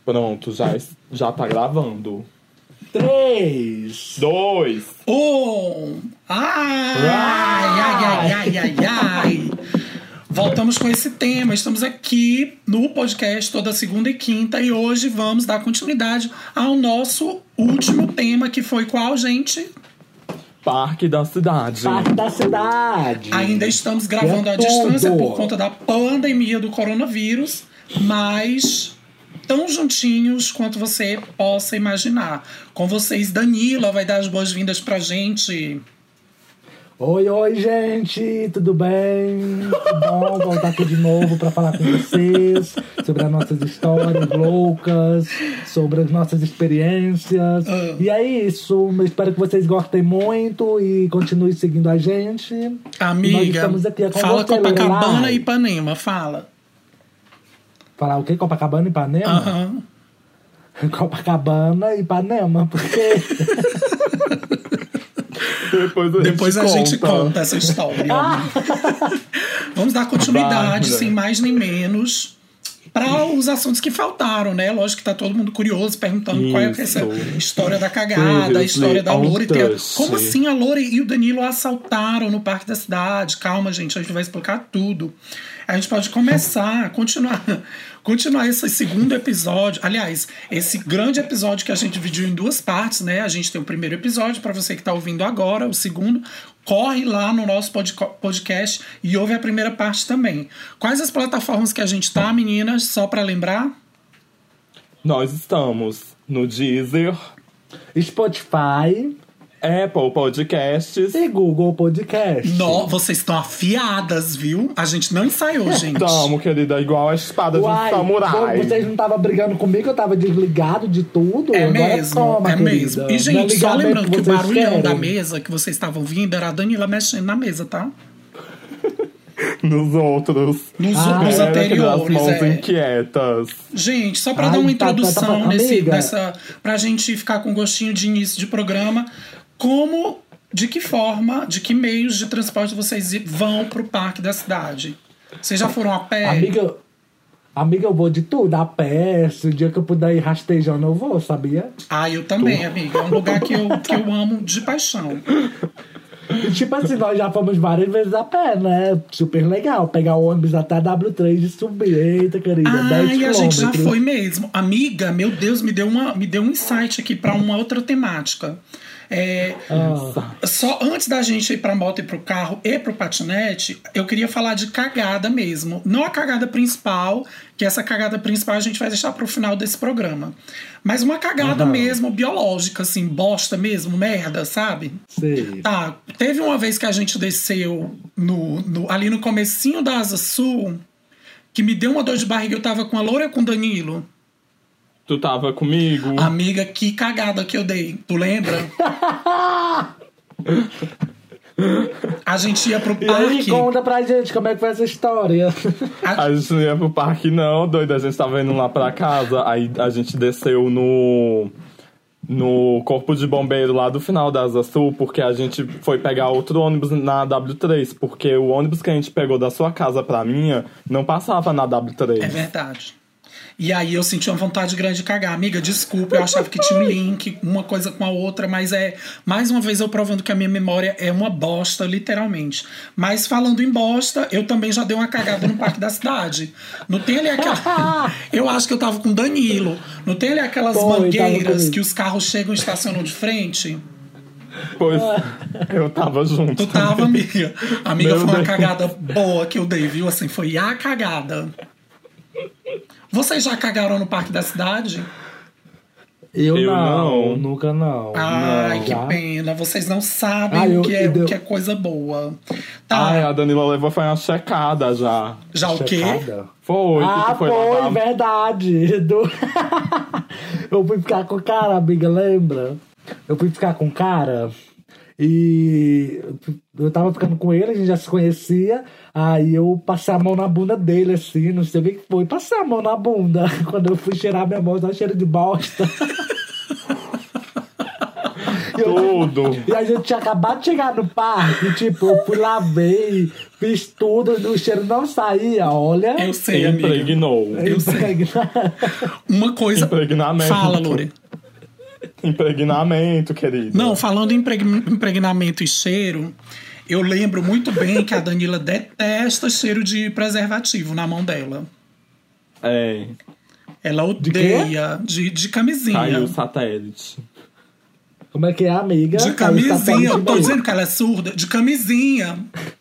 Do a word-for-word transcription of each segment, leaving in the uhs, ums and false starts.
Pronto, já, já tá gravando. Três. Dois. Um. Ai, ai, ai, ai, ai, ai. Voltamos com esse tema. Estamos aqui no podcast toda segunda e quinta. E hoje vamos dar continuidade ao nosso último tema, que foi qual, gente? Parque da cidade. Parque da cidade. Ainda estamos gravando é à distância tudo. por conta da pandemia do coronavírus, mas tão juntinhos quanto você possa imaginar. Com vocês, Danila vai dar as boas-vindas pra gente. Oi, oi, gente, tudo bem? Que bom voltar aqui de novo para falar com vocês sobre as nossas histórias loucas, sobre as nossas experiências. Uh. E é isso, eu espero que vocês gostem muito e continuem seguindo a gente. Amiga, nós estamos aqui, é com fala você, Copacabana Lorelai. e Ipanema, fala. Falar o quê? Copacabana e Ipanema? Aham. Uhum. Copacabana e Ipanema, porque... Depois a, Depois gente, a conta. gente conta essa história. Vamos dar continuidade, Vai, sem mais nem menos, para os assuntos que faltaram, né? Lógico que tá todo mundo curioso, perguntando Isso. qual é essa história da cagada, a história da Lore. Ter... Como assim a Lore e o Danilo assaltaram no Parque da Cidade? Calma, gente, a gente vai explicar tudo. A gente pode começar, continuar, continuar esse segundo episódio. Aliás, esse grande episódio que a gente dividiu em duas partes, né? A gente tem o primeiro episódio, para você que está ouvindo agora, o segundo. Corre lá no nosso podcast e ouve a primeira parte também. Quais as plataformas que a gente tá, meninas? Só para lembrar? Nós estamos no Deezer, Spotify Apple Podcasts. e Google Podcast. No, vocês estão afiadas, viu? A gente não ensaiou, gente. Tamo, querida, igual a espada Uai, de um samurai. vocês não estavam brigando comigo, eu tava desligado de tudo. É Agora mesmo, toma, é querida. mesmo. E, Não é gente, só ligamento lembrando que o vocês barulhão querem. da mesa que vocês estavam ouvindo era a Danila mexendo na mesa, tá? Nos outros. Nos, Ah, nos Era aquelas anteriores, mãos é. inquietas. Gente, só pra Ai, dar uma tá, tá, introdução tá, nesse, amiga. nessa, pra gente ficar com gostinho de início de programa, como, de que forma, de que meios de transporte vocês vão pro Parque da Cidade? Vocês já foram a pé? Amiga, amiga, eu vou de tudo, a pé. Se o dia que eu puder ir rastejando, eu vou, sabia? Ah, eu também, amiga. É um lugar que eu, que eu amo de paixão. E, tipo assim, nós já fomos várias vezes a pé, né? Super legal. Pegar o ônibus até a W três e subir. Eita, querida, dez Ai, a gente já quilômetros. foi mesmo. Amiga, meu Deus, me deu, uma, me deu um insight aqui pra uma outra temática. É, Ah. Só antes da gente ir pra moto e pro carro e pro patinete, eu queria falar de cagada mesmo. Não a cagada principal, que essa cagada principal a gente vai deixar pro final desse programa. Mas uma cagada Uhum. mesmo, biológica, assim, bosta mesmo, merda, sabe? Sei. Tá, teve uma vez que a gente desceu no, no- ali no comecinho da Asa Sul, que me deu uma dor de barriga, eu tava com a Loura e com o Danilo. Tu tava comigo? Amiga, que cagada que eu dei. Tu lembra? A gente ia pro E aí, parque. conta pra gente como é que foi essa história. A- A gente não ia pro parque, não, doido. A gente tava indo lá pra casa. Aí a gente desceu no. No corpo de bombeiro lá do final da Asa Sul, porque a gente foi pegar outro ônibus na W três. Porque o ônibus que a gente pegou da sua casa pra minha não passava na W três. É verdade. E aí eu senti uma vontade grande de cagar. Amiga, desculpa, eu achava que tinha um link, uma coisa com a outra, mas é, mais uma vez eu provando que a minha memória é uma bosta, literalmente. Mas falando em bosta, eu também já dei uma cagada no Parque da Cidade. Não tem ali aquela... Eu acho que eu tava com Danilo. Não tem ali aquelas Foi, tava mangueiras comigo. que os carros chegam e estacionam de frente? Pois eu tava junto. Tu tava, amiga. Amiga, Meu foi uma Deus. cagada boa que eu dei, viu? Assim, foi a cagada. Vocês já cagaram no Parque da Cidade? Eu, Eu não, não. nunca não. Ai, não. que Já? pena. Vocês não sabem Ah, eu- o, que é, eu deu- o que é coisa boa. Tá, Ai, a Danila levou foi uma checada já. já o quê? Checada? Foi, Ah, que tu foi, foi, lá pra... verdade. Do- Eu fui ficar com o cara, amiga, lembra? Eu fui ficar com o cara e eu tava ficando com ele, a gente já se conhecia. Aí eu passei a mão na bunda dele, assim, não sei o que que foi. Passei a mão na bunda. Quando eu fui cheirar minha mão, tava cheiro de bosta. Tudo. E a gente tinha acabado de chegar no parque, tipo, eu fui lá ver, fiz tudo, o cheiro não saía, olha. Eu sei, amiga. Impregnou. Eu sei. Uma coisa... Impregnamento. Fala, Lore. Impregnamento, querido. Não, falando em impregnamento e cheiro, eu lembro muito bem que a Danila detesta cheiro de preservativo na mão dela. É. Ela odeia de, de camisinha. Caiu o satélite. Como é que é, amiga? De camisinha. Eu tô dizendo que ela é surda. De camisinha.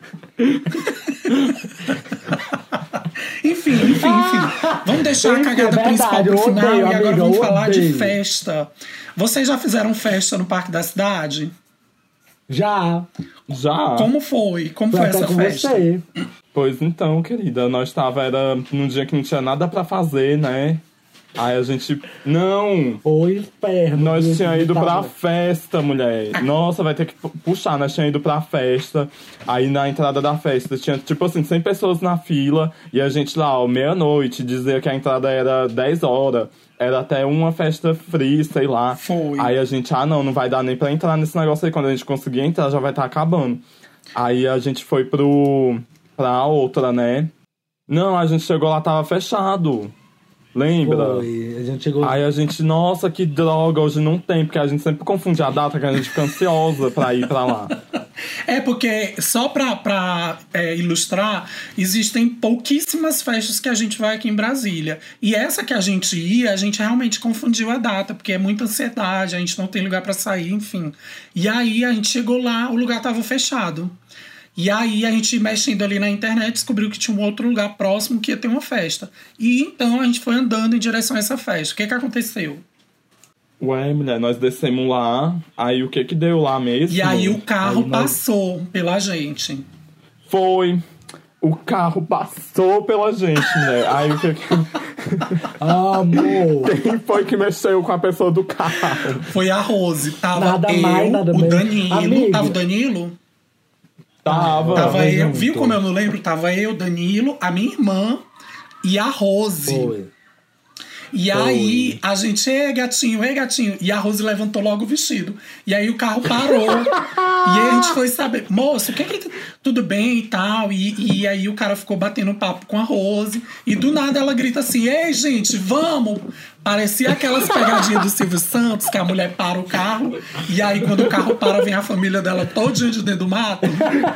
Enfim, enfim, enfim. Vamos deixar a cagada é principal verdade, pro final odeio, e agora amiga, vamos falar odeio. de festa. Vocês já fizeram festa no Parque da Cidade? Já. Já. Como foi? Como Foi foi até essa com festa? você. Pois então, querida, nós tava, era num dia que não tinha nada pra fazer, né? Aí a gente... Não! O inferno. Nós desse tínhamos ido pra ditado. festa, mulher. Nossa, vai ter que pu- puxar. Nós tínhamos ido pra festa. Aí na entrada da festa tinha, tipo assim, cem pessoas na fila. E a gente lá, ó, meia-noite, dizia que a entrada era dez horas. Era até uma festa free, sei lá. Foi. Aí a gente, ah, não, não vai dar nem pra entrar nesse negócio aí. Quando a gente conseguir entrar, já vai estar acabando. Aí a gente foi pro... pra outra, né? Não, a gente chegou lá, tava fechado. Lembra? Foi. A gente chegou... Aí a gente, nossa, que droga, hoje não tem, porque a gente sempre confunde a data, que a gente fica ansiosa pra ir pra lá. É porque, só pra, pra é, ilustrar, existem pouquíssimas festas que a gente vai aqui em Brasília. E essa que a gente ia, a gente realmente confundiu a data, porque é muita ansiedade, a gente não tem lugar pra sair, enfim. E aí a gente chegou lá, o lugar tava fechado. E aí a gente, mexendo ali na internet, descobriu que tinha um outro lugar próximo que ia ter uma festa. E então a gente foi andando em direção a essa festa. O que que aconteceu? Ué, mulher, nós descemos lá, aí o que que deu lá mesmo? E aí o carro Aí nós- passou pela gente. Foi, o carro passou pela gente, né? Aí o que que... Amor. Quem foi que mexeu com a pessoa do carro? Foi a Rose. Tava Nada eu, mais, nada o menos. Danilo. Amigo. Tava o Danilo? Tava. Tava eu. junto. Viu como eu não lembro? Tava eu, Danilo, a minha irmã e a Rose. Foi. E Foi. aí, a gente, ei, gatinho, ei, gatinho. E a Rose levantou logo o vestido. E aí o carro parou. E aí a gente foi saber, moço, o que que... Tudo bem e tal. E, e aí o cara ficou batendo papo com a Rose. E do nada ela grita assim, ei, gente, vamos! Parecia aquelas pegadinhas do Silvio Santos, que a mulher para o carro. E aí quando o carro para, vem a família dela todinha de dentro do mato.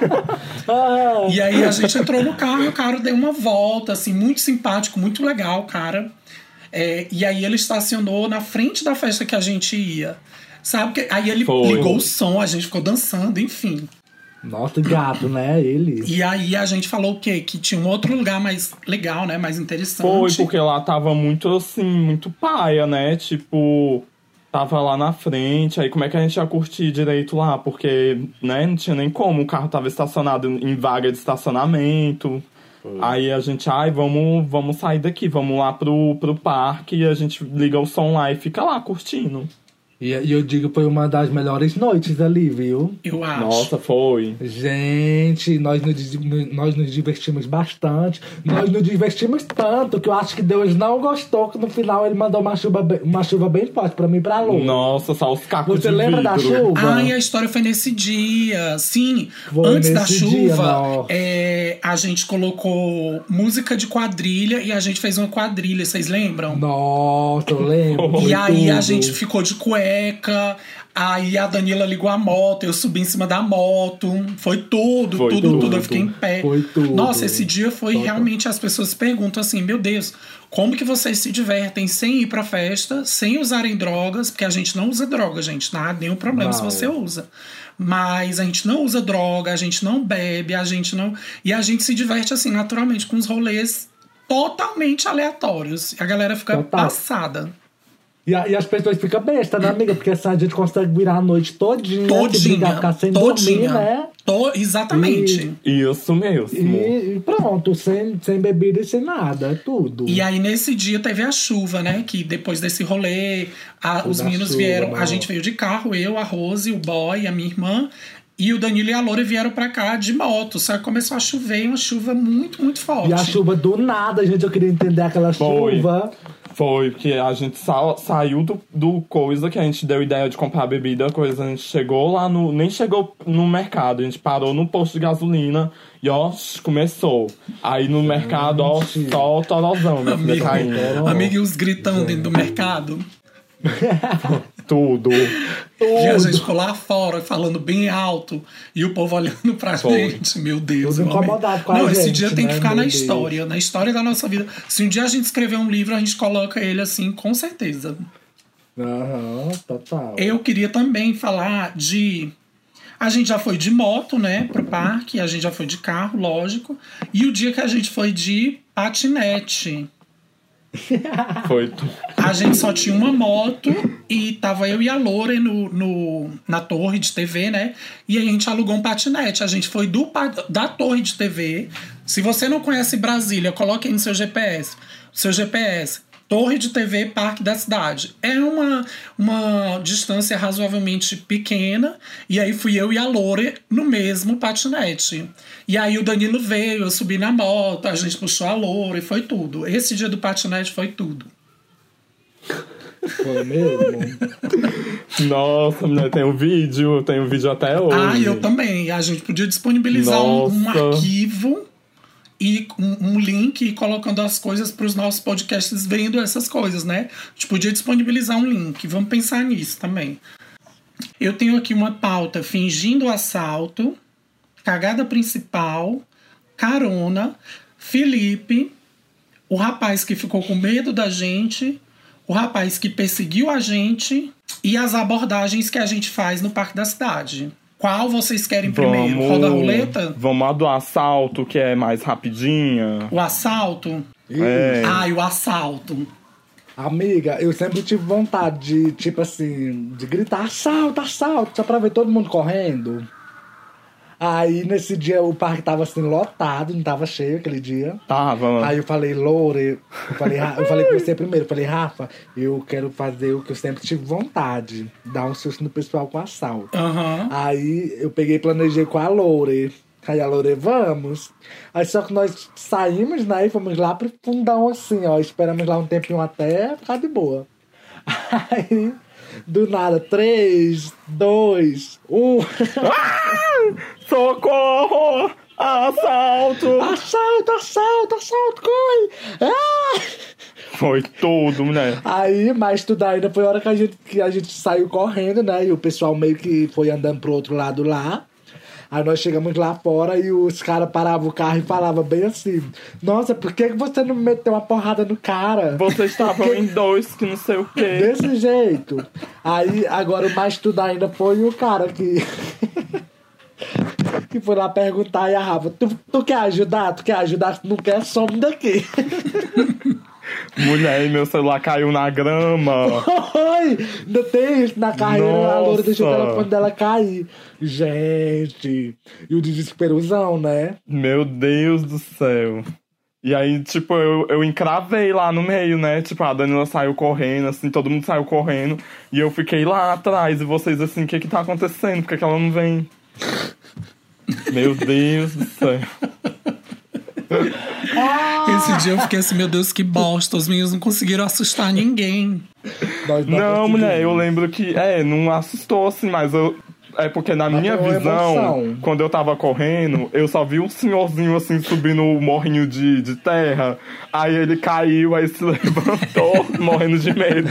Ah, E aí a gente entrou no carro e o cara deu uma volta, assim, muito simpático, muito legal, cara. É, e aí ele estacionou na frente da festa que a gente ia. Sabe? Que, aí ele Foi. ligou o som, a gente ficou dançando, enfim. nossa, gato, né? Ele. E aí a gente falou o quê? Que tinha um outro lugar mais legal, né? Mais interessante. Foi, porque lá tava muito assim, muito paia, né? Tipo, tava lá na frente, aí como é que a gente ia curtir direito lá? Porque, né, não tinha nem como, o carro tava estacionado em vaga de estacionamento. Aí a gente, ai, vamos, vamos sair daqui, vamos lá pro, pro parque e a gente liga o som lá e fica lá curtindo. E, e eu digo que foi uma das melhores noites ali, viu? Eu acho. Nossa, foi. Gente, nós nos, nós nos divertimos bastante. Nós nos divertimos tanto que eu acho que Deus não gostou que no final ele mandou uma chuva, bem- uma chuva bem forte pra mim e pra Lu. Nossa, só os cacos Você de lembra da vidro. chuva? Ai, a história foi nesse dia. Sim, Foi antes da nesse dia, chuva, nossa. é, a gente colocou música de quadrilha e a gente fez uma quadrilha, vocês lembram? Nossa, eu lembro. E foi aí a tudo. gente ficou de cueca, aí a Danila ligou a moto, eu subi em cima da moto, foi tudo, Foi tudo, tudo, tudo. eu fiquei em pé. Foi tudo. Nossa, esse dia foi Total. realmente, as pessoas perguntam assim, meu Deus, como que vocês se divertem sem ir pra festa, sem usarem drogas, porque a gente não usa droga, gente, nada, nenhum problema se Não. você usa. Mas a gente não usa droga, a gente não bebe, a gente não... E a gente se diverte assim, naturalmente, com os rolês totalmente aleatórios. A galera fica Total. passada. E, a- e as pessoas ficam bestas, né, amiga? Porque assim a gente consegue virar a noite todinha, se Todinha, brigar, ficar sem todinha. dormir, né? To- exatamente. Isso mesmo. E, e pronto, sem, sem bebida e sem nada, é tudo. E aí, nesse dia, teve a chuva, né? Que depois desse rolê, a- Foi os da meninos chuva, vieram. A nossa. gente veio de carro, eu, a Rose, o boy, a minha irmã. E o Danilo e a Loura vieram pra cá de moto. Só que começou a chover, uma chuva muito, muito forte. E a chuva do nada, gente, eu queria entender aquela Foi. chuva. Foi, porque a gente sa- saiu do, do coisa que a gente deu ideia de comprar bebida, coisa. A gente chegou lá no... Nem chegou no mercado, a gente parou no posto de gasolina e, ó, começou. Aí no mercado, ó, só o torozão, minha filha caindo. Amigo, e os gritão dentro do mercado. Tudo. E a gente ficou lá fora falando bem alto e o povo olhando pra Foi. gente. Meu Deus. Tudo meu amigo. incomodado com a Não, gente, esse dia tem né? que ficar Meu na Deus. história, na história da nossa vida. Se um dia a gente escrever um livro, a gente coloca ele assim, com certeza. Aham, total. Eu queria também falar de... A gente já foi de moto, né, pro parque. A gente já foi de carro, lógico. E o dia que a gente foi de patinete. Foi tudo. A gente só tinha uma moto e tava eu e a Loura no, no, na torre de T V, né? E aí a gente alugou um patinete. A gente foi do, pa- da torre de T V. Se você não conhece Brasília, coloque aí no seu G P S. Seu G P S. Torre de T V, Parque da Cidade. É uma, uma distância razoavelmente pequena. E aí fui eu e a Loura no mesmo patinete. E aí o Danilo veio, eu subi na moto, a gente puxou a Loura e foi tudo. Esse dia do patinete foi tudo. Foi mesmo? Nossa, mulher, tem um vídeo, tem um vídeo até hoje. Ah, eu também. A gente podia disponibilizar um, um Nossa. arquivo e um, um link e colocando as coisas para os nossos podcasts vendo essas coisas, né? A gente podia disponibilizar um link. Vamos pensar nisso também. Eu tenho aqui uma pauta: fingindo assalto, cagada principal, carona, Felipe, o rapaz que ficou com medo da gente, o rapaz que perseguiu a gente e as abordagens que a gente faz no Parque da Cidade. Qual vocês querem primeiro? Vamos- Roda a roleta? Vamos a do assalto, que é mais rapidinha. O assalto? É. Ai, o assalto. Amiga, eu sempre tive vontade de, tipo assim, de gritar assalto, assalto, só pra ver todo mundo correndo. Aí, nesse dia, o parque tava assim, lotado, não tava cheio aquele dia. Tava. Aí eu falei, Loure, eu falei, Ra- eu falei com você primeiro, eu falei, Rafa, eu quero fazer o que eu sempre tive vontade, dar um susto no pessoal com assalto. Aham. Aí eu peguei e planejei com a Loure. Aí a Loure, vamos. Aí só que nós saímos, né, e fomos lá pro fundão assim, ó, esperamos lá um tempinho até ficar de boa. Aí, do nada, três, dois, um... Socorro! Assalto! Assalto, assalto, assalto, corre! Ah! Foi tudo, mulher. Aí, mas tudo ainda foi a hora que a, gente, que a gente saiu correndo, né? E o pessoal meio que foi andando pro outro lado lá. Aí nós chegamos lá fora e os caras paravam o carro e falavam bem assim: Nossa, por que que você não meteu uma porrada no cara? Vocês estavam em dois, que não sei o quê. Desse jeito. Aí, agora o mais tudo ainda foi o cara que... que foi lá perguntar e a Rafa, tu, tu quer ajudar? Tu quer ajudar? Se não quer, some daqui. Mulher, e meu celular caiu na grama. Oi! Ainda tem isso na carreira, a Loura deixou o Nossa. telefone dela cair. Gente, e o desesperozão, né? Meu Deus do céu. E aí, tipo, eu, eu encravei lá no meio, né? Tipo, a Danila saiu correndo, assim, todo mundo saiu correndo. E eu fiquei lá atrás. E vocês, assim, o que que tá acontecendo? Por que que ela não vem? Meu Deus do céu. Esse dia eu fiquei assim, meu Deus, que bosta. Os meninos não conseguiram assustar ninguém. Nós Não, conseguimos. mulher, eu lembro que... É, não assustou, assim, mas eu... É porque na minha foi uma visão, emoção. quando eu tava correndo, eu só vi um senhorzinho, assim, subindo o morrinho de, de terra. Aí ele caiu, aí se levantou, morrendo de medo.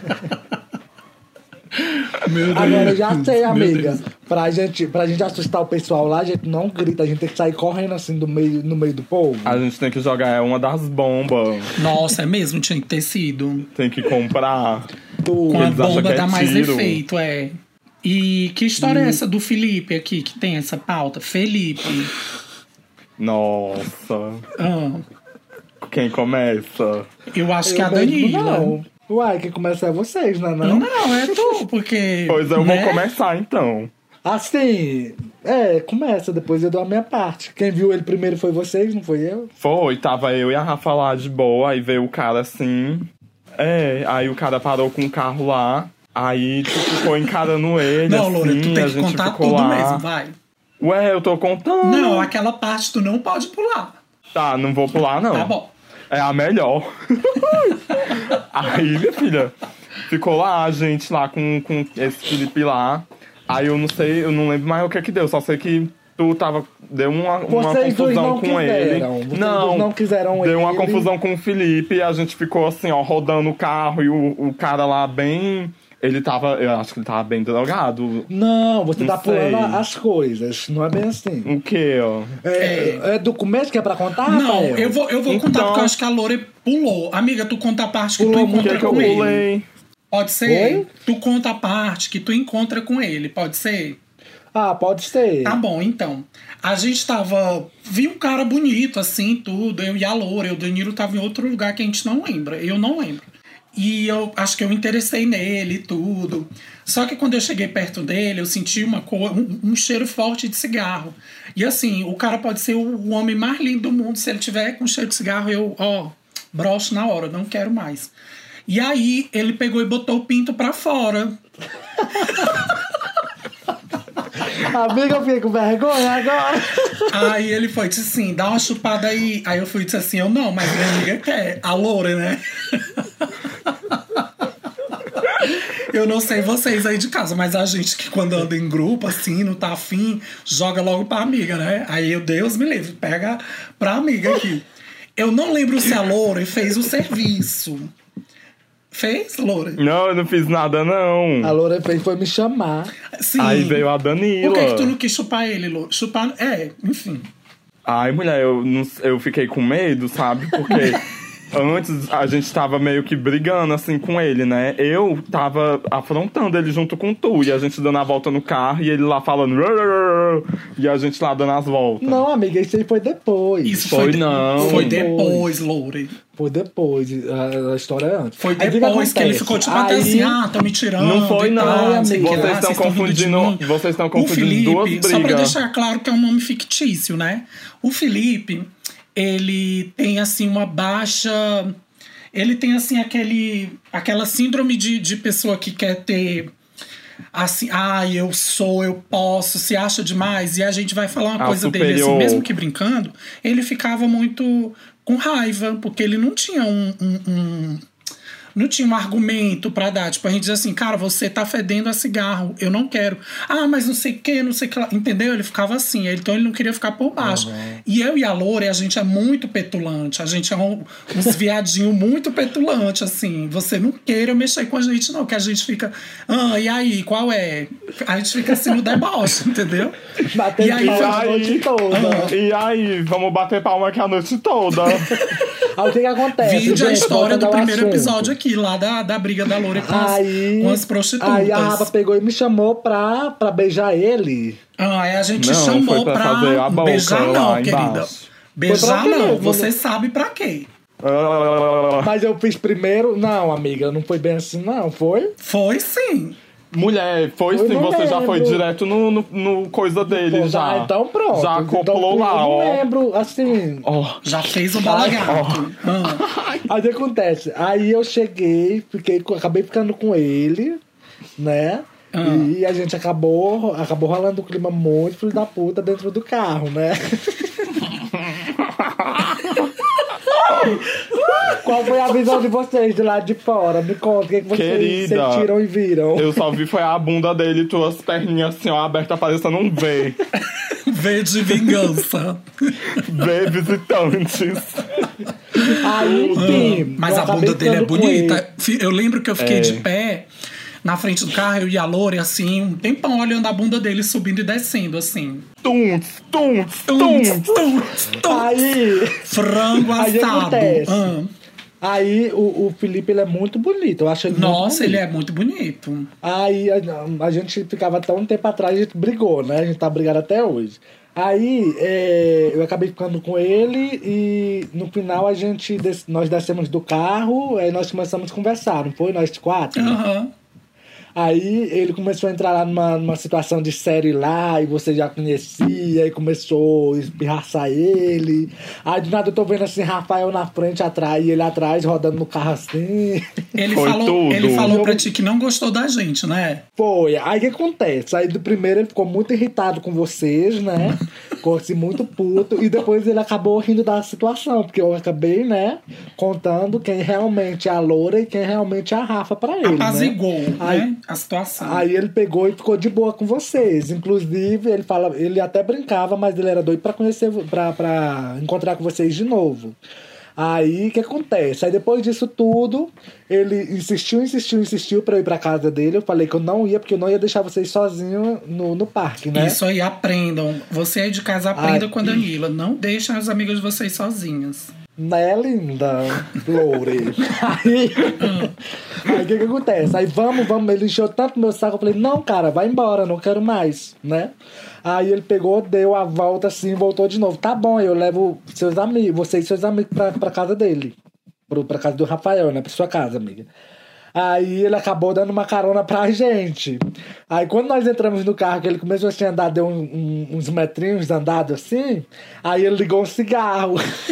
Meu Deus. Agora eu já sei, Meu amiga. Deus. Pra gente, pra gente assustar o pessoal lá, a gente não grita, a gente tem que sair correndo assim do meio, no meio do povo. A gente tem que jogar uma das bombas. Nossa, é mesmo? Tinha que ter sido. Tem que comprar. Tu, Com a Eles acham bomba que é dá mais tiro. efeito, é. E que história é essa do Felipe aqui, que tem essa pauta? Felipe. Nossa. Ah, Quem começa? eu acho que é a eu mesmo Danila. não. Uai, quem começa é vocês, não é não? Não, é tu, porque. Pois eu né? vou começar, então. Assim, é, começa, depois eu dou a minha parte. Quem viu ele primeiro foi vocês, não foi eu? Foi, tava eu e a Rafa lá de boa, aí veio o cara assim. É, aí o cara parou com o carro lá. Aí, tipo, ficou encarando ele, Não, assim, Loura, tu tem a que gente contar ficou tudo lá. mesmo, vai. Ué, eu tô contando. Não, aquela parte tu não pode pular. Tá, não vou pular, não. Tá bom. É a melhor. Aí, minha filha, ficou lá a gente lá com, com esse Felipe lá. Aí eu não sei, eu não lembro mais o que é que deu. Só sei que tu tava... Deu uma, uma confusão com ele. Vocês Não, não quiseram deu ele. uma confusão com o Felipe. E a gente ficou assim, ó, rodando o carro. E o, o cara lá bem... Ele tava... Eu acho que ele tava bem drogado. Não, você Não tá pulando sei. as coisas. Não é bem assim. O quê, ó? É, é do começo que é pra contar, Não, Rafael? eu vou, eu vou Então- contar porque eu acho que a Lore pulou. Amiga, tu conta a parte que Pulou tu Por encontra que que eu com ele. pulei? Pode ser? Oi? Tu conta a parte que tu encontra com ele, pode ser? Ah, pode ser. Tá bom, então. A gente tava... Vi um cara bonito, assim, tudo. Eu e a Loura. O Danilo tava em outro lugar que a gente não lembra. Eu não lembro. E eu acho que eu interessei nele e tudo. Só que quando eu cheguei perto dele, eu senti uma cor, um, um cheiro forte de cigarro. E assim, o cara pode ser o, o homem mais lindo do mundo. Se ele tiver com cheiro de cigarro, eu, ó, broxo na hora. Não quero mais. E aí, ele pegou e botou o pinto pra fora. Amiga, eu fiquei com vergonha agora. Aí ele foi, disse assim, dá uma chupada aí. Aí eu fui e disse assim, eu não, mas minha amiga quer. A Loura, né? Eu não sei vocês aí de casa, mas a gente que quando anda em grupo, assim, não tá afim, joga logo pra amiga, né? Aí eu, Deus me livre, pega pra amiga aqui. Eu não lembro se a Loura fez o serviço. Fez, Loura? Não, eu não fiz nada, não. A Loura fez foi me chamar. Sim. Aí veio a Danila. Por que, que tu não quis chupar ele, Loura? Chupar... É, enfim. Ai, mulher, eu, não, eu fiquei com medo, sabe? Porque antes a gente tava meio que brigando, assim, com ele, né? Eu tava afrontando ele junto com tu. E a gente dando a volta no carro e ele lá falando... "Rrrr", e a gente lá dando as voltas. Não, amiga, isso aí foi depois. Isso Foi foi, não. Foi Foi. depois, Loura. Foi depois. A, a história é antes. Foi Aí, o que depois que, ele acontece? ficou tipo até Aí- assim, ah, tão me tirando. Não foi, e não, tal, amigo. sei o que Vocês lá, estão estão rindo de confundindo- mim. vocês estão O confundindo Felipe, duas só pra brigas. deixar claro que é um nome fictício, né? O Felipe, ele tem assim uma baixa... Ele tem assim aquele, aquela síndrome de, de pessoa que quer ter... Assim, ah, eu sou, eu posso, se acha demais. E a gente vai falar uma Ah, coisa dele superior. assim, mesmo que brincando, ele ficava muito com raiva, porque ele não tinha um... um, um não tinha um argumento pra dar. Tipo, a gente diz assim, cara, você tá fedendo a cigarro, eu não quero. Ah, mas não sei o que, não sei o que lá. Entendeu? Ele ficava assim, então ele não queria ficar por baixo. Uhum. E eu e a Loura, a gente é muito petulante. A gente é um, uns viadinhos muito petulante, assim. Você não queira mexer com a gente, não, que a gente fica, ah, e aí, qual é? A gente fica assim no deboche, entendeu? Batendo E aí, palma a aí- noite toda. E aí, vamos bater palma aqui a noite toda. Aí o que que acontece? Vídeo a gente? história Voltando do ao primeiro assunto. episódio aqui, lá da, da briga da Loura com as, Aí, com as prostitutas. aí a Rafa pegou e me chamou pra, pra beijar ele. Ah, aí a gente Não, chamou foi pra pra, fazer a boca beijar lá não, embaixo. querida. Beijar Foi pra quê? não, Vamos- você sabe pra quê. Mas eu fiz primeiro... Não, amiga, não foi bem assim, não. Foi? Foi sim. Mulher, foi Eu sim, não você já foi lembro. direto no, no, no coisa dele, Pô, já. ah, então pronto. Já acoplou então, lá, eu não ó. lembro, assim... Ó. Já fez o balagato. Ah, Aí o que acontece? Aí eu cheguei, fiquei, com- acabei ficando com ele, né? Ah. E a gente acabou, acabou rolando um clima muito filho da puta dentro do carro, né? Qual foi a visão de vocês de lá de fora? Me conta, o que, que vocês Querida, sentiram e viram? Eu só vi foi a bunda dele e tuas perninhas assim, ó, abertas, parecendo um V. V de vingança. V visitantes. Aí, enfim, Mas eu a acabei bunda dele é ficando com bonita. Fi- Eu lembro que eu fiquei É. de pé na frente do carro, eu e a Loura, assim, um tempão olhando a bunda dele subindo e descendo, assim. Tunts, tunts, Tum, tunts. tum, tum. Aí, Frango aí assado. acontece. Ah. Aí o, o Felipe, ele é muito bonito. Eu acho ele muito Nossa, bonito. ele é muito bonito. Aí a, a gente ficava até um tempo atrás, a gente brigou, né? A gente tá brigado até hoje. Aí é, eu acabei ficando com ele e no final a gente des- nós descemos do carro, aí nós começamos a conversar, não foi? Nós quatro. Aham. Aí ele começou a entrar lá numa, numa situação de série lá, e você já conhecia, e começou a espirraçar ele. Aí do nada eu tô vendo assim, Rafael na frente, atrás, e ele atrás, rodando no carro assim. Ele Foi falou, tudo. ele falou pra ti que não gostou da gente, né? Foi. Aí o que acontece? Aí do primeiro ele ficou muito irritado com vocês, né? Ficou assim muito puto. E depois ele acabou rindo da situação, porque eu acabei, né, contando quem realmente é a Loura e quem realmente é a Rafa pra ele. Apazigou, né? né? Aí, A situação. Aí ele pegou e ficou de boa com vocês. Inclusive, ele fala, ele até brincava, mas ele era doido pra conhecer, pra, pra encontrar com vocês de novo. Aí, o que acontece? Aí, depois disso tudo, ele insistiu, insistiu, insistiu pra eu ir pra casa dele. Eu falei que eu não ia, porque eu não ia deixar vocês sozinhos no, no parque, né? Isso aí, aprendam. Você aí de casa, aprenda Ai. com a Danila. Não deixem as amigas de vocês sozinhas. Né, linda? Loure. Aí, aí o que que acontece? Aí, vamos, vamos. Ele encheu tanto meu saco. Eu falei, não, cara, vai embora, não quero mais, né? Aí ele pegou, deu a volta assim, voltou de novo. Tá bom, eu levo seus amigos, vocês e seus amigos pra, pra casa dele. Pro, pra casa do Rafael, né? Pra sua casa, amiga. Aí ele acabou dando uma carona pra gente. Aí quando nós entramos no carro, que ele começou assim, a andar, deu um, um, uns metrinhos andado assim, aí ele ligou um cigarro.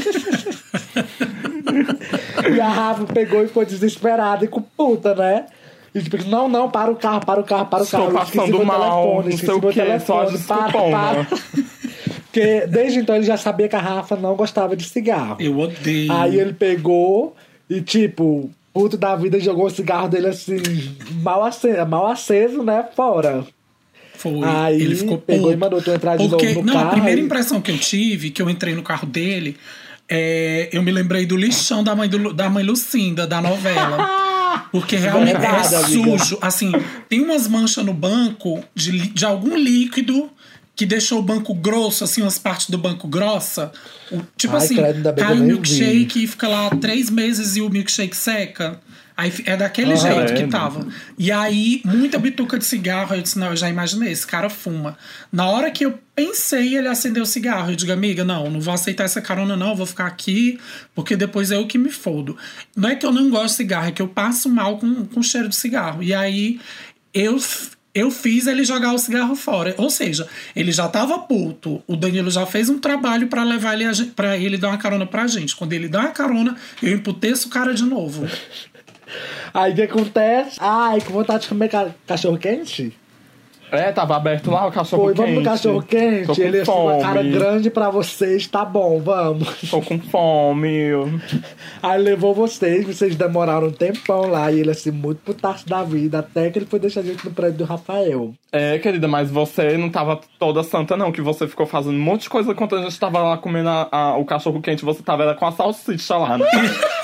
E a Rafa pegou e ficou desesperada e com puta, né? E tipo, não, não, para o carro, para o carro, para o carro. Estou passando mal, telefone, não sei o meu que, telefone, só para, para. Porque desde então ele já sabia que a Rafa não gostava de cigarro. Eu odeio. Aí ele pegou e tipo, puto da vida, jogou o cigarro dele assim, mal aceso, mal aceso, né, fora. Foi. Aí ele ficou pegou puto. e mandou tu entrar de Porque, novo no não, carro. a primeira aí... impressão que eu tive, que eu entrei no carro dele, é, eu me lembrei do lixão da mãe, do, da mãe Lucinda, da novela. Porque realmente Verdade, é amiga. sujo. Assim, tem umas manchas no banco de, de algum líquido que deixou o banco grosso, assim, umas partes do banco grossa. O, tipo Ai, assim, credo, ainda bem que cai eu o nem milkshake e fica lá três meses e o milkshake seca. Aí é daquele Ah, jeito é, que né? tava. E aí, muita bituca de cigarro. Eu disse, não, eu já imaginei, esse cara fuma. Na hora que eu pensei, ele acendeu o cigarro. Eu digo, amiga, não, não vou aceitar essa carona não, eu vou ficar aqui, porque depois é eu que me fodo. Não é que eu não gosto de cigarro, é que eu passo mal com, com cheiro de cigarro. E aí, eu... Eu fiz ele jogar o cigarro fora. Ou seja, ele já tava puto. O Danilo já fez um trabalho pra levar ele, a, pra ele dar uma carona pra gente. Quando ele dá uma carona, eu emputeço o cara de novo. Aí o que acontece? Ai, com vontade de comer ca- cachorro quente? É, tava aberto lá o cachorro Foi, quente. vamos no cachorro quente. Tô com Ele achou uma cara fome. grande pra vocês, tá bom, vamos. Tô com fome. Aí levou vocês, vocês demoraram um tempão lá. E ele assim, muito putaço da vida. Até que ele foi deixar a gente no prédio do Rafael. É, querida, mas você não tava toda santa, não. Que você ficou fazendo um monte de coisa enquanto a gente tava lá comendo a, a, o cachorro quente. Você tava era com a salsicha lá, né?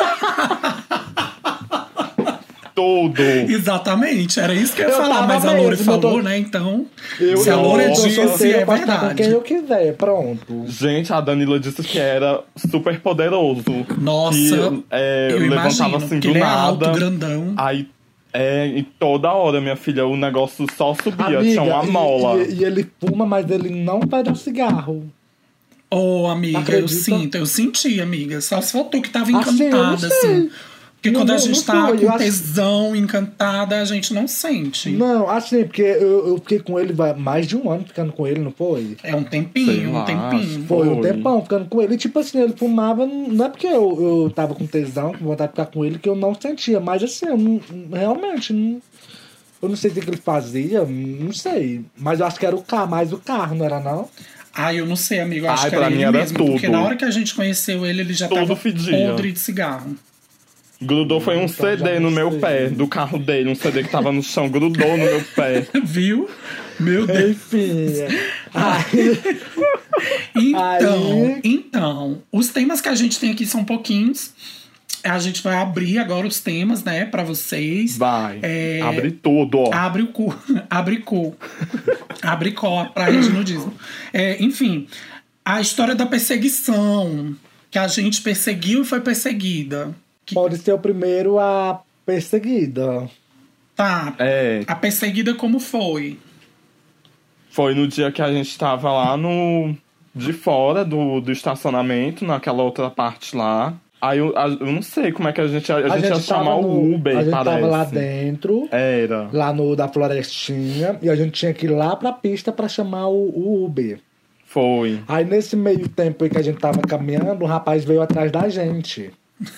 Tudo. Exatamente, era isso que eu ia Eu falar. tava Mas a Lore mesmo, falou, eu tô- né? Então, Eu, se a eu, Lore eu sou disse, solteiro, é eu posso estar com quem verdade. eu quiser, pronto. Gente, a Danila disse que era super poderoso. Nossa, que, é, eu levantava imagino, assim porque do ele é nada. alto, grandão. Aí, é, e toda hora, minha filha, o negócio só subia, Amiga, tinha uma e- mola. E, e ele fuma, mas ele não pede um cigarro. Ô, amiga, eu Acredita? sinto, eu senti, amiga. Só se faltou que tava Assim, eu não encantada, sei. assim. Porque Não, quando a não, gente não tá foi, eu com acho- tesão, encantada, a gente não sente. Não, assim, porque eu, eu fiquei com ele vai, mais de um ano ficando com ele, não foi? É um Sei tempinho, lá, um tempinho. Foi um Foi. tempão ficando com ele. E, tipo assim, ele fumava. Não é porque eu, eu tava com tesão, com vontade de ficar com ele, que eu não sentia. Mas assim, eu não, realmente, não, eu não sei o que ele fazia, não sei. Mas eu acho que era o carro, mais o carro, não era não? Ah, eu não sei, amigo. Eu acho Ai, que pra era mim ele era mesmo. tudo. Porque na hora que a gente conheceu ele, ele já Tudo tava fedia. podre de cigarro. Grudou foi um Então, C já D no não meu sei. pé, do carro dele. Um C D que tava no chão, grudou no meu pé. Viu? Meu Deus. Enfim. Aí, Então, Aí- então, os temas que a gente tem aqui são pouquinhos. A gente vai abrir agora os temas, né, pra vocês. Vai, É, abre tudo, ó. Abre o cu. Abre cu. Abre có, a praia de nudismo. É, enfim, a história da perseguição. Que a gente perseguiu e foi perseguida. Que, pode ser o primeiro a perseguida. tá, É, a perseguida como foi? foi no dia que a gente tava lá no... De fora do, do estacionamento, naquela outra parte lá. Aí eu, eu não sei como é que a gente... A, a, a gente, gente ia chamar no, o Uber, A gente parece. tava lá dentro. Era. Lá no da Florestinha. E a gente tinha que ir lá pra pista pra chamar o, o Uber. Foi. Aí nesse meio tempo aí que a gente tava caminhando, o rapaz veio atrás da gente.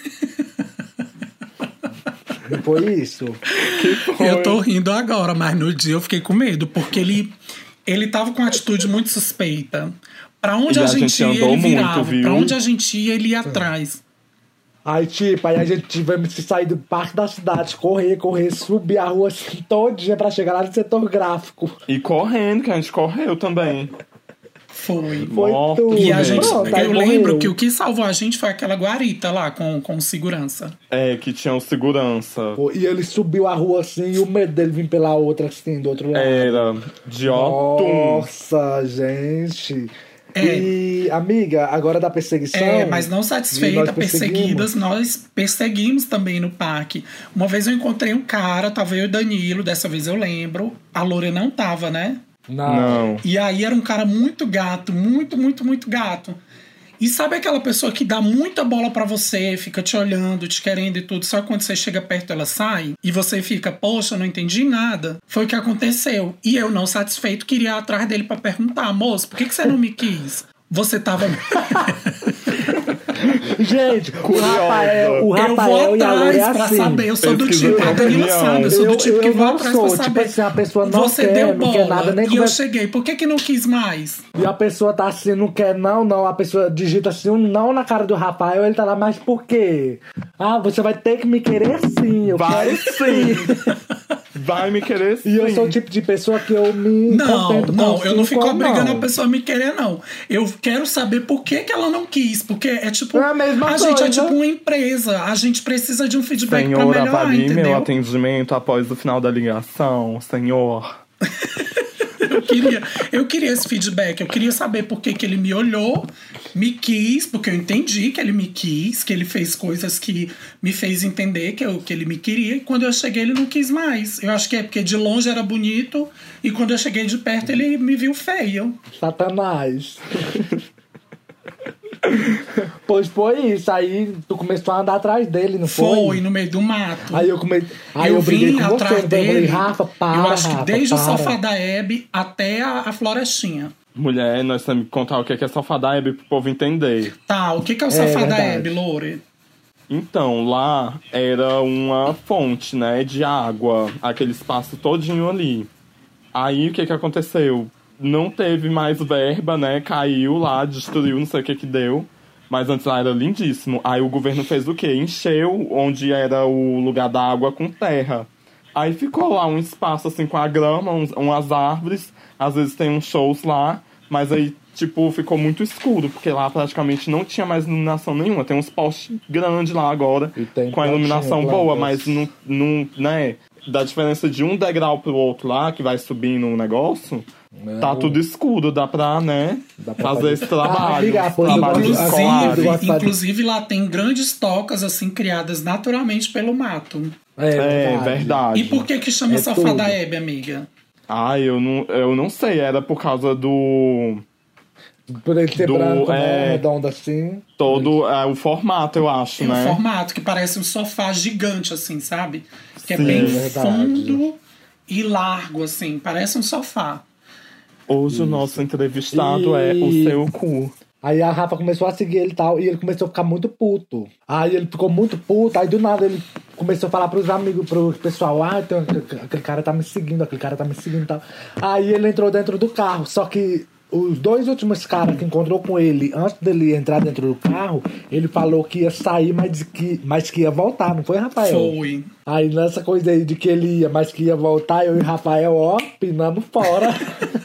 Não foi isso? Que foi? Eu tô rindo agora, mas no dia eu fiquei com medo. Porque ele, ele tava com uma atitude muito suspeita. Pra onde a, a gente, gente ia, ele virava. Muito, pra onde a gente ia, ele ia atrás. Aí, tipo, aí a gente tivemos que sair do parque da cidade, correr, correr, subir a rua assim, todinha pra chegar lá no setor gráfico. E correndo, que a gente correu também. Foi. Foi Morto, tudo. E a gente, Pronto, eu morreu. lembro que o que salvou a gente foi aquela guarita lá com, com segurança. É, que tinha um segurança. E ele subiu a rua assim, e o medo dele vir pela outra, assim, do outro lado. Era de ótimo. Nossa, gente... É. E, amiga, agora da perseguição... É, mas não satisfeita, nós perseguidas, nós perseguimos também no parque. Uma vez eu encontrei um cara, tava eu e o Danilo, dessa vez eu lembro. A Lore não tava, né? Não. Não. E aí era um cara muito gato, muito, muito, muito gato. E sabe aquela pessoa que dá muita bola pra você, fica te olhando, te querendo e tudo, só que quando você chega perto ela sai? E você fica, poxa, não entendi nada. Foi o que aconteceu. E eu, não satisfeito, queria ir atrás dele pra perguntar, moço, por que, que você não me quis? Você tava... Gente, o Rafael, o eu Rafael vou e a Lore é atrás pra assim. saber. Eu sou do Pesquisa tipo, a Danila opinião. sabe, eu sou do Eu- tipo que eu vou não atrás sou, pra tipo saber. assim, a pessoa não Você quer, deu não bola quer nada, nem e eu conversa- cheguei. Por que que não quis mais? E a pessoa tá assim, não quer não, não. A pessoa digita assim, um não na cara do Rafael, ele tá lá, mas por quê? Ah, você vai ter que me querer sim, eu Vai quero sim. Vai me querer sim. E eu sou o tipo de pessoa que eu me Não, contento não, com eu não sim, fico com obrigando não. a pessoa a me querer, não. Eu quero saber por que, que ela não quis. Porque é tipo. É a mesma gente é coisa. tipo uma empresa. A gente precisa de um feedback pra Senhor, melhorar, avalie meu entendeu? atendimento após o final da ligação, senhor. Eu queria, eu queria esse feedback. Eu queria saber por que, que ele me olhou, me quis, porque eu entendi que ele me quis, que ele fez coisas que me fez entender que, eu, que ele me queria. E quando eu cheguei, ele não quis mais. Eu acho que é porque de longe era bonito e quando eu cheguei de perto, ele me viu feio. Satanás. Pois foi isso. Aí tu começou a andar atrás dele, não foi? Foi, no meio do mato. Aí eu comecei. Aí eu, eu briguei vim com atrás você, então eu dele. falei, Rafa, para. eu acho que Rafa, desde para. o sofá da Hebe até a, a florestinha. Mulher, nós temos que contar o que é sofá da Hebe pro povo entender. Tá, o que, que é o É, sofá da verdade. Hebe, Lore? Então, lá era uma fonte, né, de água, aquele espaço todinho ali. Aí, o que que aconteceu? Não teve mais verba, né, caiu lá, destruiu, não sei o que que deu. Mas antes lá era lindíssimo. Aí o governo fez o quê? Encheu onde era o lugar da água com terra. Aí ficou lá um espaço assim com a grama, uns, umas árvores. Às vezes tem uns shows lá, mas aí, tipo, ficou muito escuro, porque lá praticamente não tinha mais iluminação nenhuma. Tem uns postes grandes lá agora, E tem com a iluminação plantinha, boa, plantas. mas não, não, né? Da diferença de um degrau pro outro lá, que vai subindo o negócio, Não. tá tudo escuro, dá pra, né, Dá pra fazer fazer. esse trabalho. Ah, amiga, esse pois eu trabalho gosto- escolar. eu gosto- Inclusive, inclusive, lá tem grandes tocas assim criadas naturalmente pelo mato. É, verdade. E por que que chama É sofá tudo. da Hebe, amiga? Ah, eu não, eu não sei, era por causa do... Por ele ser Do- branco, né? é. Redondo assim. Todo é, o formato, eu acho, Tem né? um formato que parece um sofá gigante, assim, sabe? Que Sim, é bem verdade. fundo e largo, assim. Parece um sofá. Hoje o nosso entrevistado é o E- seu cu. Aí a Rafa começou a seguir ele e tal, e ele começou a ficar muito puto. Aí ele ficou muito puto, aí do nada ele começou a falar pros amigos, pro pessoal, ah, então, aquele cara tá me seguindo, aquele cara tá me seguindo e tal. Aí ele entrou dentro do carro, só que os dois últimos caras que encontrou com ele, antes dele entrar dentro do carro, ele falou que ia sair, mas que, mas que ia voltar, não foi, Rafael? Foi. Aí nessa coisa aí de que ele ia, mas que ia voltar, eu e o Rafael, ó, pinamos fora.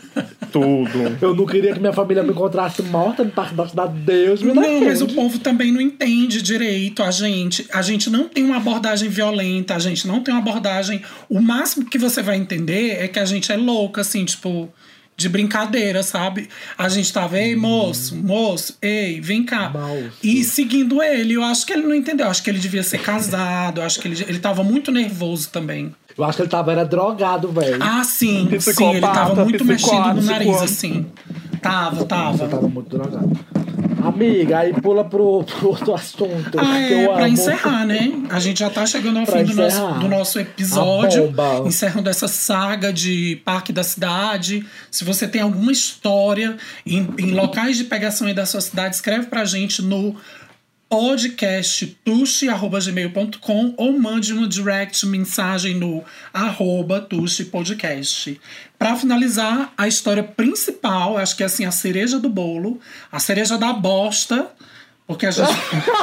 Tudo. Eu não queria que minha família me encontrasse morta no parque da cidade. Deus me Não, defende. mas o povo também não entende direito a gente. A gente não tem uma abordagem violenta, a gente não tem uma abordagem... O máximo que você vai entender é que a gente é louca, assim, tipo... De brincadeira, sabe? A gente tava, ei, moço, moço, ei, vem cá. Moço. E seguindo ele, eu acho que ele não entendeu. Eu acho que ele devia ser casado, eu acho que ele, ele tava muito nervoso também. Eu acho que ele tava era drogado, velho. Ah, sim, sim, Psicopata, ele tava muito mexido no psicótico. nariz, assim. Tava, Ele tava. tava muito drogado. Amiga, aí pula pro, pro outro assunto. Ah, que é, eu pra amo. encerrar, né? A gente já tá chegando ao Pra fim do nosso, encerrar. do nosso episódio. A bomba. Encerrando essa saga de Parque da Cidade. Se você tem alguma história em, em locais de pegação aí da sua cidade, escreve pra gente no podcast tuxi arroba gmail ponto com ou mande uma direct mensagem no arroba tuxi podcast. Para finalizar, a história principal, acho que é assim, a cereja do bolo, a cereja da bosta, porque a gente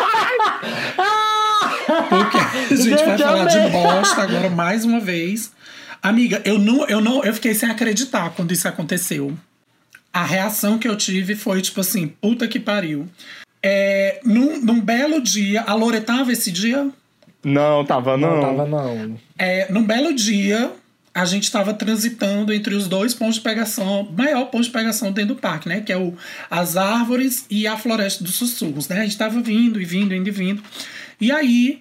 porque a gente vai falar de bosta agora mais uma vez. Amiga, eu não, eu não, eu fiquei sem acreditar quando isso aconteceu. A reação que eu tive foi tipo assim, puta que pariu. É, num, num belo dia, a Lore tava esse dia? Não, tava não. Não tava não. É, num belo dia, a gente tava transitando entre os dois pontos de pegação, maior ponto de pegação dentro do parque, né? Que é o, as árvores e a floresta dos sussurros, né? A gente tava vindo e vindo, indo e vindo. E aí,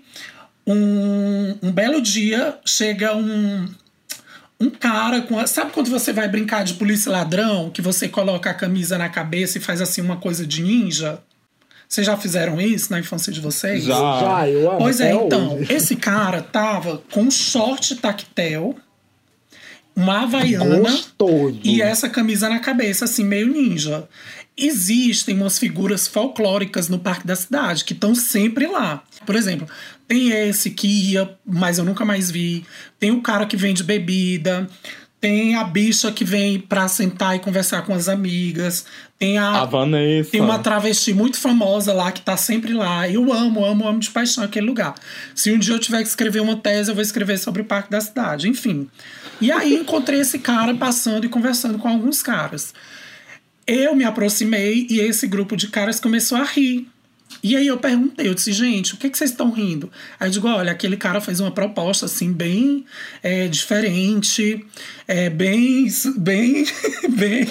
um, um belo dia, chega um... Um cara com... A, sabe quando você vai brincar de polícia e ladrão? Que você coloca a camisa na cabeça e faz assim uma coisa de ninja? Vocês já fizeram isso na infância de vocês? Já. Já, eu amo. Pois é, até então, hoje. esse cara tava com um short tactel, uma havaiana Gostoso. e essa camisa na cabeça, assim, meio ninja. Existem umas figuras folclóricas no Parque da Cidade que estão sempre lá. Por exemplo, tem esse que ia, mas eu nunca mais vi. Tem o cara que vende bebida. Tem a bicha que vem pra sentar e conversar com as amigas. Tem a, A Vanessa. Tem uma travesti muito famosa lá que tá sempre lá. Eu amo, amo, amo de paixão aquele lugar. Se um dia eu tiver que escrever uma tese, eu vou escrever sobre o Parque da Cidade. Enfim. E aí encontrei esse cara passando e conversando com alguns caras. Eu me aproximei e esse grupo de caras começou a rir. E aí eu perguntei, eu disse, gente, o que, que vocês estão rindo? Aí eu digo, olha, aquele cara fez uma proposta, assim, bem é, diferente, é, bem, bem, bem...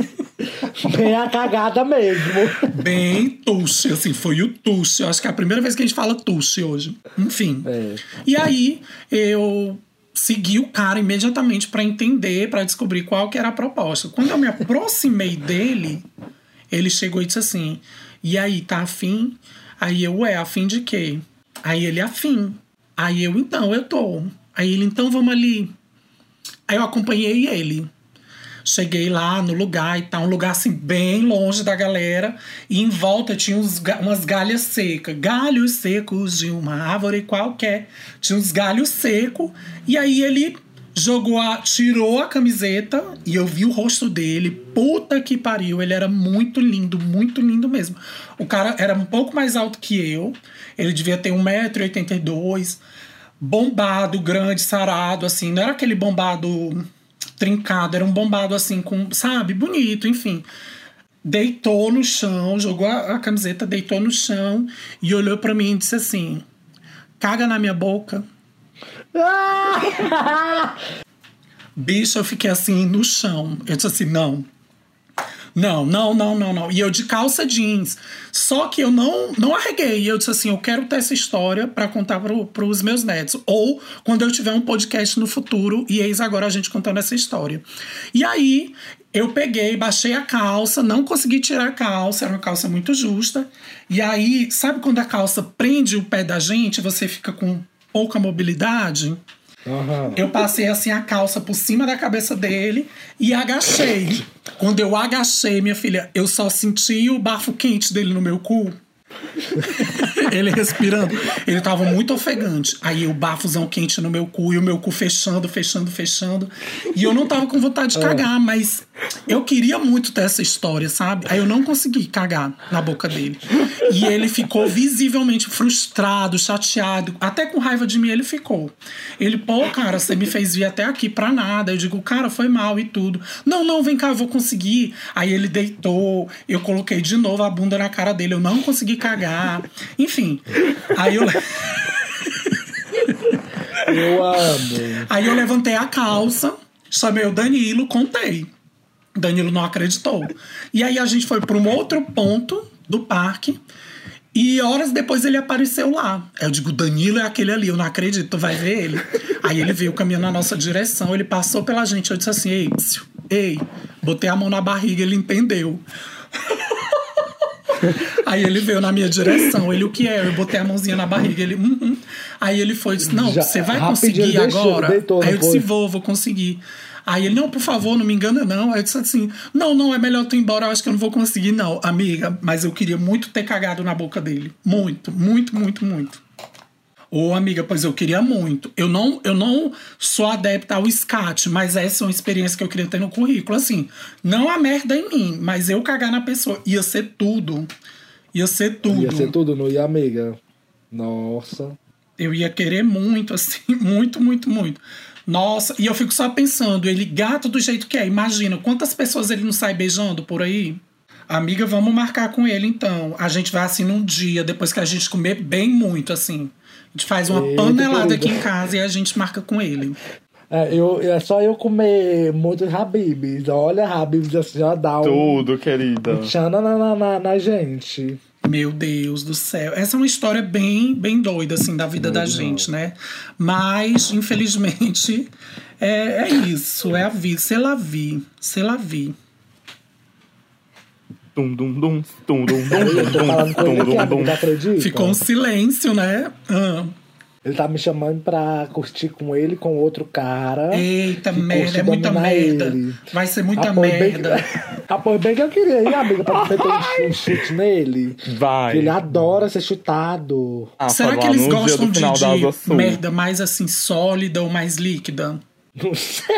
Bem a cagada mesmo. Bem tuxe, assim, foi o tuxe. Eu acho que é a primeira vez que a gente fala tuxe hoje. Enfim. É. E aí eu segui o cara imediatamente para entender, para descobrir qual que era a proposta. Quando eu me aproximei dele, ele chegou e disse assim... E aí, tá afim? Aí eu, ué, afim de quê? Aí ele, afim. Aí eu, então, eu tô. Aí ele, então vamos ali. Aí eu acompanhei ele. Cheguei lá no lugar e tal, um lugar assim bem longe da galera. E em volta tinha uns, umas galhas secas. Galhos secos de uma árvore qualquer. Tinha uns galhos secos. E aí ele... Jogou a, tirou a camiseta e eu vi o rosto dele. Puta que pariu, ele era muito lindo, muito lindo mesmo. O cara era um pouco mais alto que eu. Ele devia ter um metro e oitenta e dois. Bombado, grande, sarado, assim. Não era aquele bombado trincado, era um bombado assim, com, sabe, bonito, enfim. Deitou no chão, jogou a, a camiseta, deitou no chão e olhou pra mim e disse assim: caga na minha boca. Bicho, eu fiquei assim no chão. Eu disse assim, não. Não, não, não, não, não. E eu de calça jeans. Só que eu não, não arreguei. E eu disse assim, eu quero ter essa história pra contar pro, pros meus netos. Ou quando eu tiver um podcast no futuro. E eis agora a gente contando essa história. E aí, eu peguei, baixei a calça. Não consegui tirar a calça. Era uma calça muito justa. E aí, sabe quando a calça prende o pé da gente? Você fica com pouca mobilidade. Uhum. Eu passei assim a calça por cima da cabeça dele e agachei. Quando eu agachei, minha filha, eu só senti o bafo quente dele no meu cu. Ele respirando. Ele tava muito ofegante. Aí o bafozão quente no meu cu e o meu cu fechando, fechando, fechando. E eu não tava com vontade de cagar, mas eu queria muito ter essa história, sabe? Aí eu não consegui cagar na boca dele. E ele ficou visivelmente frustrado, chateado. Até com raiva de mim ele ficou. Ele, pô, cara, você me fez vir até aqui pra nada. Eu digo, cara, foi mal e tudo. Não, não, vem cá, eu vou conseguir. Aí ele deitou. Eu coloquei de novo a bunda na cara dele. Eu não consegui cagar. Enfim. Aí eu... Eu amo. Aí eu levantei a calça, chamei o Danilo, contei. Danilo não acreditou. E aí a gente foi para um outro ponto do parque. E horas depois ele apareceu lá. Eu digo, Danilo é aquele ali, eu não acredito, tu vai ver ele. Aí ele veio caminhando na nossa direção, ele passou pela gente. Eu disse assim, ei, psiu, ei, botei a mão na barriga, ele entendeu. Aí ele veio na minha direção. Ele, o que é? Eu botei a mãozinha na barriga. Ele, hum, hum. Aí ele foi e disse, não, Já, você vai conseguir deixou, agora? Deitou, Aí eu disse, vou, vou conseguir. Aí ele, não, por favor, não me engana não. Aí eu disse assim, não, não, é melhor tu ir embora, eu acho que eu não vou conseguir não. Amiga, mas eu queria muito ter cagado na boca dele. Muito, muito, muito, muito. Ô, amiga, pois eu queria muito. Eu não, eu não sou adepta ao escate, mas essa é uma experiência que eu queria ter no currículo. Assim, não a merda em mim, mas eu cagar na pessoa. Ia ser tudo. Ia ser tudo. Ia ser tudo, não ia, amiga? Nossa. Eu ia querer muito, assim, muito, muito, muito. Nossa, e eu fico só pensando, ele gato do jeito que é. Imagina, quantas pessoas ele não sai beijando por aí? Amiga, vamos marcar com ele, então. A gente vai, assim, num dia, depois que a gente comer bem muito, assim. A gente faz uma Eita, panelada querida. Aqui em casa e a gente marca com ele. É, eu, é só eu comer muitos Habibs. Olha, Habibs, assim, já dá um... Tudo, querida. Chana na, na, na, na gente. Meu Deus do céu. Essa é uma história bem, bem doida, assim, da vida Muito da gente, não. né? Mas, infelizmente, é, é isso. É a vida. C'est la vie. C'est la vie. Dum, dum, dum, dum, dum, dum, dum, dum, Ficou um silêncio, né? Ah. Ele tá me chamando pra curtir com ele, com outro cara. Eita, merda, é muita merda. Ele. Vai ser muita Apoio merda. Que... Apoio bem que eu queria ir, amiga, pra meter um, um chute nele. Vai. Porque ele adora ser chutado. Ah, Será que eles gostam de, de merda mais assim, sólida ou mais líquida? Não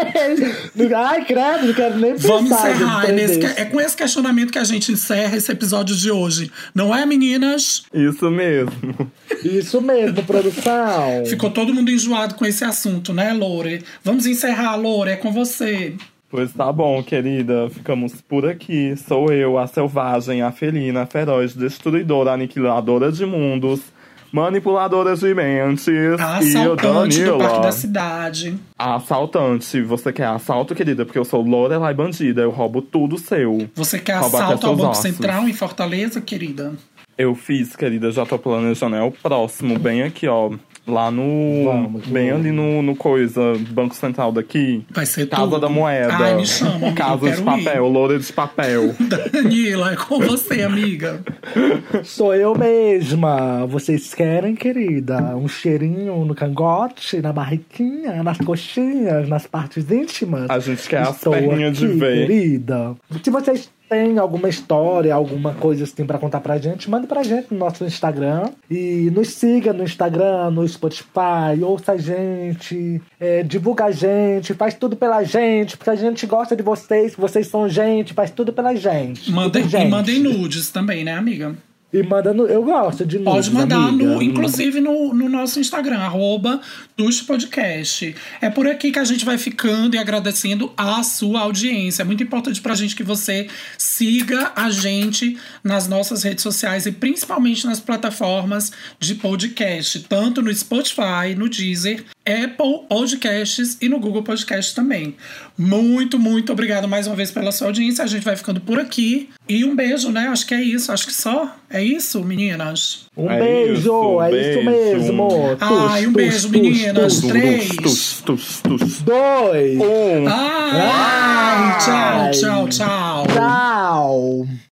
sei. Ai, credo, não quero nem pensar. Vamos encerrar. É, nesse, é com esse questionamento que a gente encerra esse episódio de hoje. Não é, meninas? Isso mesmo. Isso mesmo, produção. Ficou todo mundo enjoado com esse assunto, né, Lore? Vamos encerrar, Lore, é com você. Pois tá bom, querida. Ficamos por aqui. Sou eu, a selvagem, a felina, a feroz, destruidora, aniquiladora de mundos, manipuladora de mentes. A assaltante do Parque da Cidade. A assaltante. Você quer assalto, querida? Porque eu sou Lorelai bandida. Eu roubo tudo seu. Você quer roubo assalto ao Banco ossos. Central em Fortaleza, querida? Eu fiz, querida. Já tô planejando. É o próximo. Bem aqui, ó. Lá no... Vamos, bem vamos. ali no, no coisa, Banco Central daqui. Vai ser Casa tudo. da Moeda. Ai, me chama. Casa de papel, ir. Loura de papel. Danila, é com você, amiga. Sou eu mesma. Vocês querem, querida? Um cheirinho no cangote, na barriquinha, nas coxinhas, nas partes íntimas? A gente quer as perninhas de ver. Querida. Se vocês tem alguma história, alguma coisa assim pra contar pra gente, mande pra gente no nosso Instagram. E nos siga no Instagram, no Spotify, ouça a gente, é, divulga a gente, faz tudo pela gente, porque a gente gosta de vocês, vocês são gente, faz tudo pela gente. Mandem, gente. E mandem nudes também, né, amiga? E manda no, eu gosto de nudes, Pode mandar, amiga. no, inclusive no, no nosso Instagram, arroba Tuxo Podcast. É por aqui que a gente vai ficando e agradecendo a sua audiência. É muito importante pra gente que você siga a gente nas nossas redes sociais e principalmente nas plataformas de podcast, tanto no Spotify, no Deezer, Apple Podcasts e no Google Podcasts também. Muito, muito obrigado mais uma vez pela sua audiência. A gente vai ficando por aqui. E um beijo, né? Acho que é isso. Acho que só. É isso, meninas? Um é beijo, isso, é beijo. Isso mesmo. Ai, um beijo, meninas. Três. Tus, tus, tus. Dois. Um. Ai, Ai, tchau, tchau, tchau. Tchau.